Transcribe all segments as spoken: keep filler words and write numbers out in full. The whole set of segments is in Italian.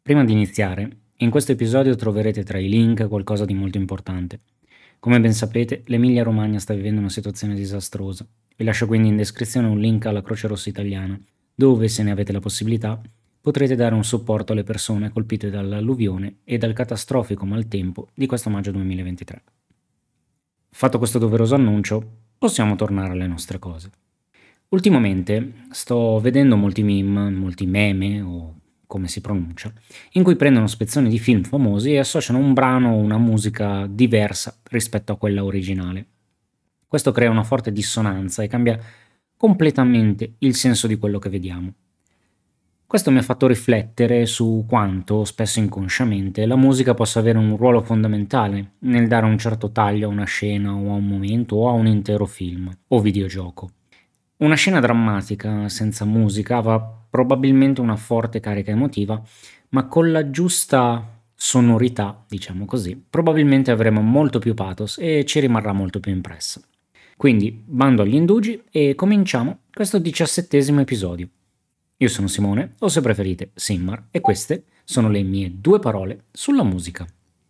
Prima di iniziare, in questo episodio troverete tra i link qualcosa di molto importante. Come ben sapete, l'Emilia-Romagna sta vivendo una situazione disastrosa. Vi lascio quindi in descrizione un link alla Croce Rossa Italiana, dove, se ne avete la possibilità, potrete dare un supporto alle persone colpite dall'alluvione e dal catastrofico maltempo di questo maggio duemilaventitré. Fatto questo doveroso annuncio, possiamo tornare alle nostre cose. Ultimamente sto vedendo molti meme, molti meme o come si pronuncia, in cui prendono spezzoni di film famosi e associano un brano o una musica diversa rispetto a quella originale. Questo crea una forte dissonanza e cambia completamente il senso di quello che vediamo. Questo mi ha fatto riflettere su quanto, spesso inconsciamente, la musica possa avere un ruolo fondamentale nel dare un certo taglio a una scena o a un momento o a un intero film o videogioco. Una scena drammatica senza musica avrà probabilmente una forte carica emotiva, ma con la giusta sonorità, diciamo così, probabilmente avremo molto più pathos e ci rimarrà molto più impressa. Quindi bando agli indugi e cominciamo questo diciassettesimo episodio. Io sono Simone, o se preferite Simmar, e queste sono le mie due parole sulla musica.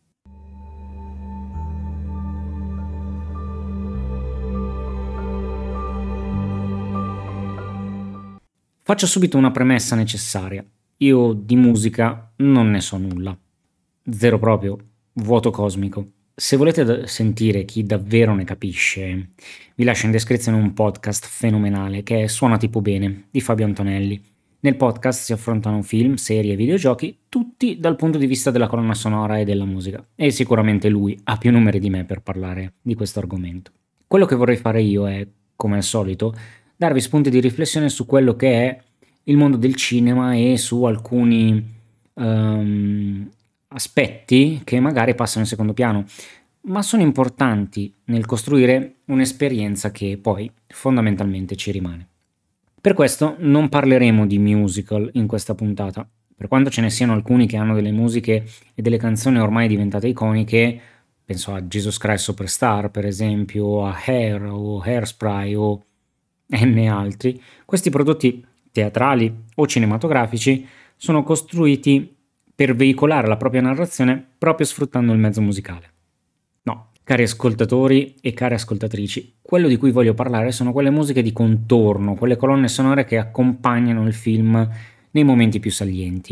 Faccio subito una premessa necessaria. Io di musica non ne so nulla. Zero proprio, vuoto cosmico. Se volete da- sentire chi davvero ne capisce, vi lascio in descrizione un podcast fenomenale che è Suona tipo bene di Fabio Antonelli. Nel podcast si affrontano film, serie e videogiochi, tutti dal punto di vista della colonna sonora e della musica. E sicuramente lui ha più numeri di me per parlare di questo argomento. Quello che vorrei fare io è, come al solito, darvi spunti di riflessione su quello che è il mondo del cinema e su alcuni ehm, aspetti che magari passano in secondo piano, ma sono importanti nel costruire un'esperienza che poi fondamentalmente ci rimane. Per questo non parleremo di musical in questa puntata, per quanto ce ne siano alcuni che hanno delle musiche e delle canzoni ormai diventate iconiche. Penso a Jesus Christ Superstar, per esempio, o a Hair o Hairspray o N altri. Questi prodotti teatrali o cinematografici sono costruiti per veicolare la propria narrazione proprio sfruttando il mezzo musicale. No, cari ascoltatori e care ascoltatrici, quello di cui voglio parlare sono quelle musiche di contorno, quelle colonne sonore che accompagnano il film nei momenti più salienti.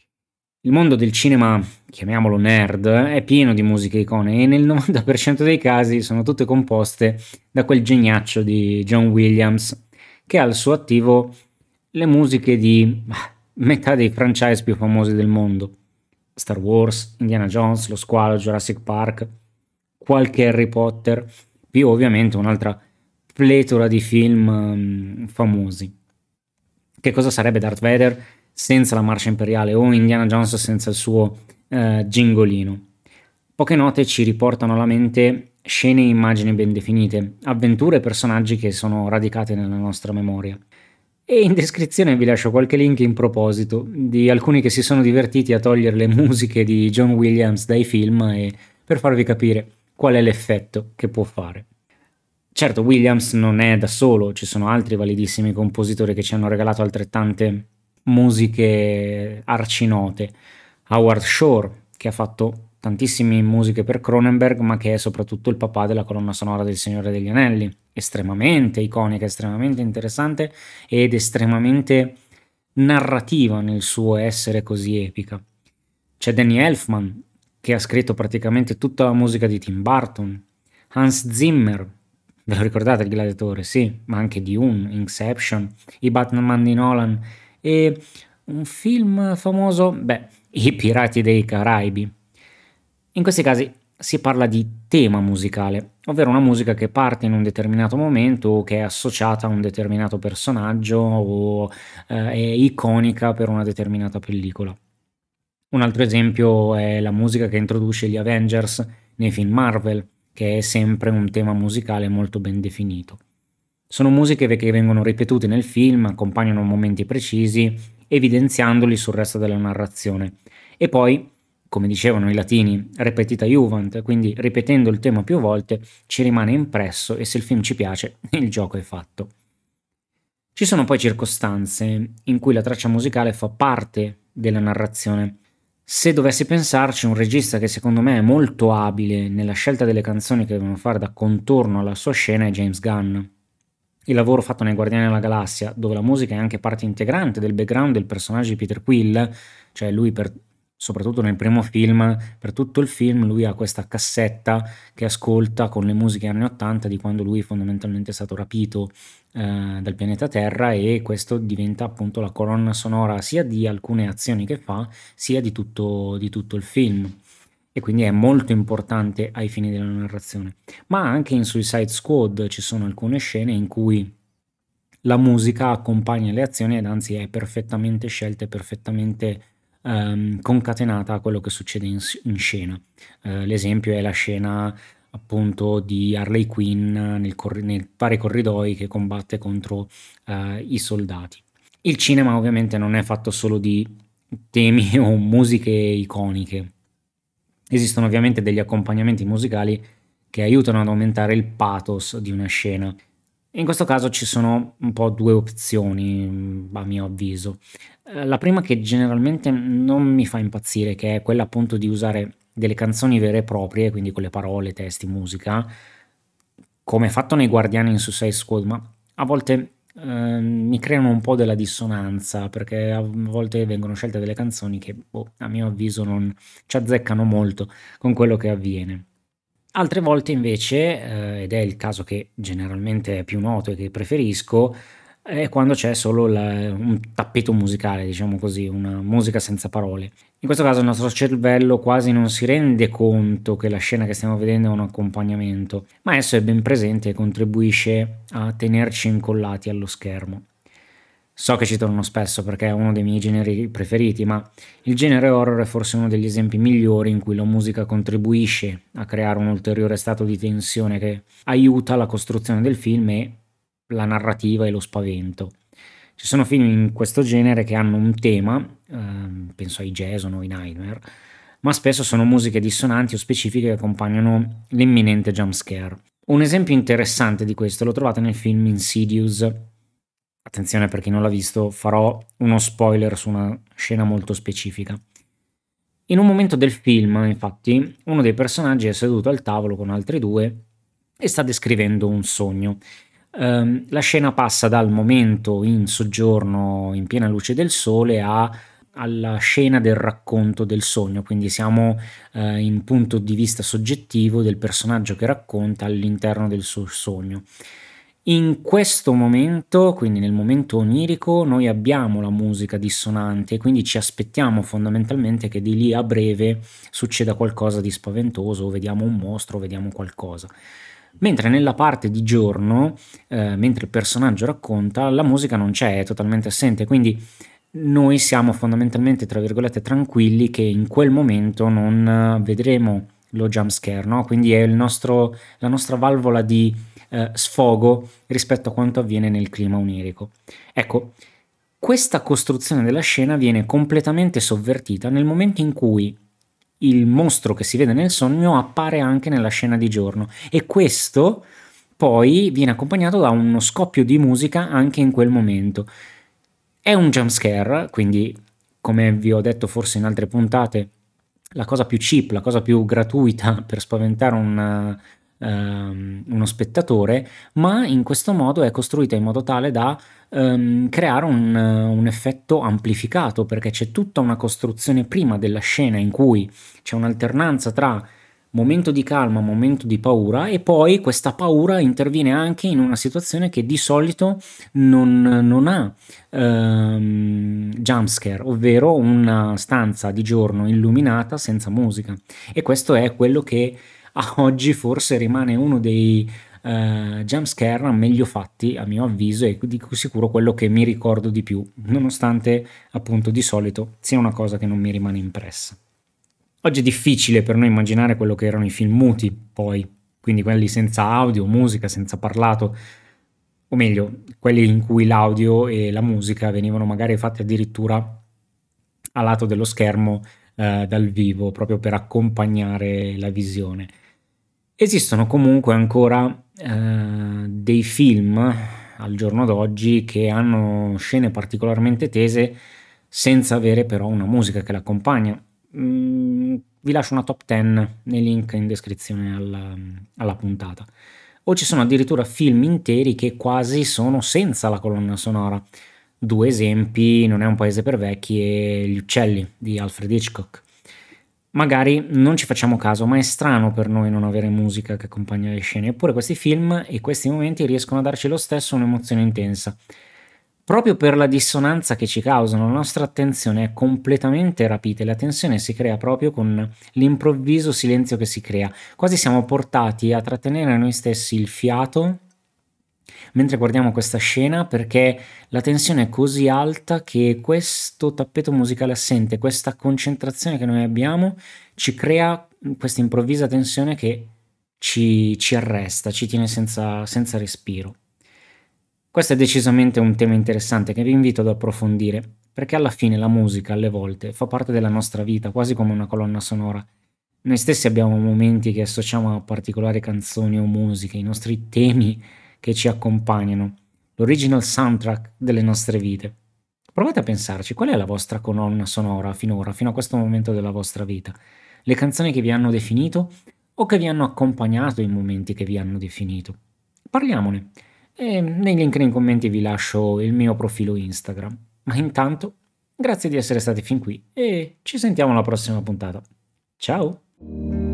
Il mondo del cinema, chiamiamolo nerd, è pieno di musiche icone e nel novanta per cento dei casi sono tutte composte da quel geniaccio di John Williams che ha al suo attivo le musiche di metà dei franchise più famosi del mondo. Star Wars, Indiana Jones, Lo Squalo, Jurassic Park, qualche Harry Potter, più ovviamente un'altra pletora di film um, famosi. Che cosa sarebbe Darth Vader senza la marcia imperiale o Indiana Jones senza il suo eh, gingolino? Poche note ci riportano alla mente scene e immagini ben definite, avventure e personaggi che sono radicati nella nostra memoria. E in descrizione vi lascio qualche link in proposito di alcuni che si sono divertiti a togliere le musiche di John Williams dai film e per farvi capire qual è l'effetto che può fare. Certo, Williams non è da solo, ci sono altri validissimi compositori che ci hanno regalato altrettante musiche arcinote. Howard Shore, che ha fatto tantissime musiche per Cronenberg, ma che è soprattutto il papà della colonna sonora del Signore degli Anelli, estremamente iconica, estremamente interessante ed estremamente narrativa nel suo essere così epica. C'è Danny Elfman, che ha scritto praticamente tutta la musica di Tim Burton. Hans Zimmer, ve lo ricordate il Gladiatore? Sì, ma anche Dune, Inception, i Batman di Nolan e un film famoso, beh, I Pirati dei Caraibi. In questi casi si parla di tema musicale, ovvero una musica che parte in un determinato momento o che è associata a un determinato personaggio o eh, è iconica per una determinata pellicola. Un altro esempio è la musica che introduce gli Avengers nei film Marvel, che è sempre un tema musicale molto ben definito. Sono musiche che vengono ripetute nel film, accompagnano momenti precisi, evidenziandoli sul resto della narrazione. E poi, come dicevano i latini, repetita iuvant, quindi ripetendo il tema più volte ci rimane impresso e se il film ci piace, il gioco è fatto. Ci sono poi circostanze in cui la traccia musicale fa parte della narrazione, Se dovessi pensarci, un regista che secondo me è molto abile nella scelta delle canzoni che devono fare da contorno alla sua scena è James Gunn. Il lavoro fatto nei Guardiani della Galassia, dove la musica è anche parte integrante del background del personaggio di Peter Quill, cioè lui per, soprattutto nel primo film, per tutto il film lui ha questa cassetta che ascolta con le musiche anni ottanta di quando lui fondamentalmente è stato rapito eh, dal pianeta Terra, e questo diventa appunto la colonna sonora sia di alcune azioni che fa, sia di tutto, di tutto il film. E quindi è molto importante ai fini della narrazione. Ma anche in Suicide Squad ci sono alcune scene in cui la musica accompagna le azioni ed anzi è perfettamente scelta e perfettamente ehm, concatenata a quello che succede in, in scena. Eh, l'esempio è la scena appunto di Harley Quinn nel corri- nei vari corridoi che combatte contro eh, i soldati. Il cinema ovviamente non è fatto solo di temi o musiche iconiche. Esistono ovviamente degli accompagnamenti musicali che aiutano ad aumentare il pathos di una scena. In questo caso ci sono un po' due opzioni, a mio avviso. Eh, La prima, che generalmente non mi fa impazzire, che è quella appunto di usare delle canzoni vere e proprie, quindi con le parole, testi, musica, come fatto nei Guardiani in Suicide Squad, ma a volte eh, mi creano un po' della dissonanza, perché a volte vengono scelte delle canzoni che, boh, a mio avviso, non ci azzeccano molto con quello che avviene. Altre volte invece, eh, ed è il caso che generalmente è più noto e che preferisco, è quando c'è solo la- un tappeto musicale, diciamo così, una musica senza parole. In questo caso il nostro cervello quasi non si rende conto che la scena che stiamo vedendo è un accompagnamento, ma esso è ben presente e contribuisce a tenerci incollati allo schermo. So che ci torno spesso perché è uno dei miei generi preferiti, ma il genere horror è forse uno degli esempi migliori in cui la musica contribuisce a creare un ulteriore stato di tensione che aiuta la costruzione del film e la narrativa e lo spavento. Ci sono film in questo genere che hanno un tema, ehm, penso ai Jason o ai Nightmare, ma spesso sono musiche dissonanti o specifiche che accompagnano l'imminente jumpscare. Un esempio interessante di questo lo trovate nel film Insidious. Attenzione, per chi non l'ha visto, farò uno spoiler su una scena molto specifica. In un momento del film, infatti, uno dei personaggi è seduto al tavolo con altri due e sta descrivendo un sogno. Ehm, la scena passa dal momento in soggiorno in piena luce del sole a- alla scena del racconto del sogno, quindi siamo eh, in punto di vista soggettivo del personaggio che racconta all'interno del suo sogno. In questo momento, quindi nel momento onirico, noi abbiamo la musica dissonante e quindi ci aspettiamo fondamentalmente che di lì a breve succeda qualcosa di spaventoso, o vediamo un mostro, o vediamo qualcosa. Mentre nella parte di giorno, eh, mentre il personaggio racconta, la musica non c'è, è totalmente assente, quindi noi siamo fondamentalmente, tra virgolette, tranquilli che in quel momento non eh, vedremo lo jump scare, no? Quindi è il nostro, la nostra valvola di eh, sfogo rispetto a quanto avviene nel clima onirico. Ecco, questa costruzione della scena viene completamente sovvertita nel momento in cui il mostro che si vede nel sogno appare anche nella scena di giorno, e questo poi viene accompagnato da uno scoppio di musica anche in quel momento. È un jump scare, quindi come vi ho detto forse in altre puntate, la cosa più cheap, la cosa più gratuita per spaventare un, ehm, uno spettatore, ma in questo modo è costruita in modo tale da ehm, creare un, un effetto amplificato, perché c'è tutta una costruzione prima della scena in cui c'è un'alternanza tra momento di calma, momento di paura, e poi questa paura interviene anche in una situazione che di solito non, non ha ehm, jumpscare, ovvero una stanza di giorno illuminata senza musica. E questo è quello che a oggi forse rimane uno dei eh, jumpscare meglio fatti, a mio avviso, e di sicuro quello che mi ricordo di più, nonostante appunto di solito sia una cosa che non mi rimane impressa. Oggi è difficile per noi immaginare quello che erano i film muti, poi, quindi quelli senza audio, musica, senza parlato, o meglio, quelli in cui l'audio e la musica venivano magari fatti addirittura a lato dello schermo eh, dal vivo, proprio per accompagnare la visione. Esistono comunque ancora eh, dei film al giorno d'oggi che hanno scene particolarmente tese senza avere però una musica che l'accompagna. Mm, vi lascio una top dieci nei link in descrizione alla, alla puntata. O ci sono addirittura film interi che quasi sono senza la colonna sonora. Due esempi: Non è un paese per vecchi e Gli uccelli di Alfred Hitchcock. Magari non ci facciamo caso, ma è strano per noi non avere musica che accompagna le scene, eppure questi film e questi momenti riescono a darci lo stesso un'emozione intensa. Proprio per la dissonanza che ci causano, la nostra attenzione è completamente rapita e la tensione si crea proprio con l'improvviso silenzio che si crea. Quasi siamo portati a trattenere noi stessi il fiato mentre guardiamo questa scena, perché la tensione è così alta che questo tappeto musicale assente, questa concentrazione che noi abbiamo, ci crea questa improvvisa tensione che ci, ci arresta, ci tiene senza, senza respiro. Questo è decisamente un tema interessante che vi invito ad approfondire, perché alla fine la musica, alle volte, fa parte della nostra vita, quasi come una colonna sonora. Noi stessi abbiamo momenti che associamo a particolari canzoni o musiche, i nostri temi che ci accompagnano, l'original soundtrack delle nostre vite. Provate a pensarci, qual è la vostra colonna sonora finora, fino a questo momento della vostra vita? Le canzoni che vi hanno definito o che vi hanno accompagnato in momenti che vi hanno definito? Parliamone. E nei link nei commenti vi lascio il mio profilo Instagram. Ma intanto, grazie di essere stati fin qui e ci sentiamo alla prossima puntata. Ciao!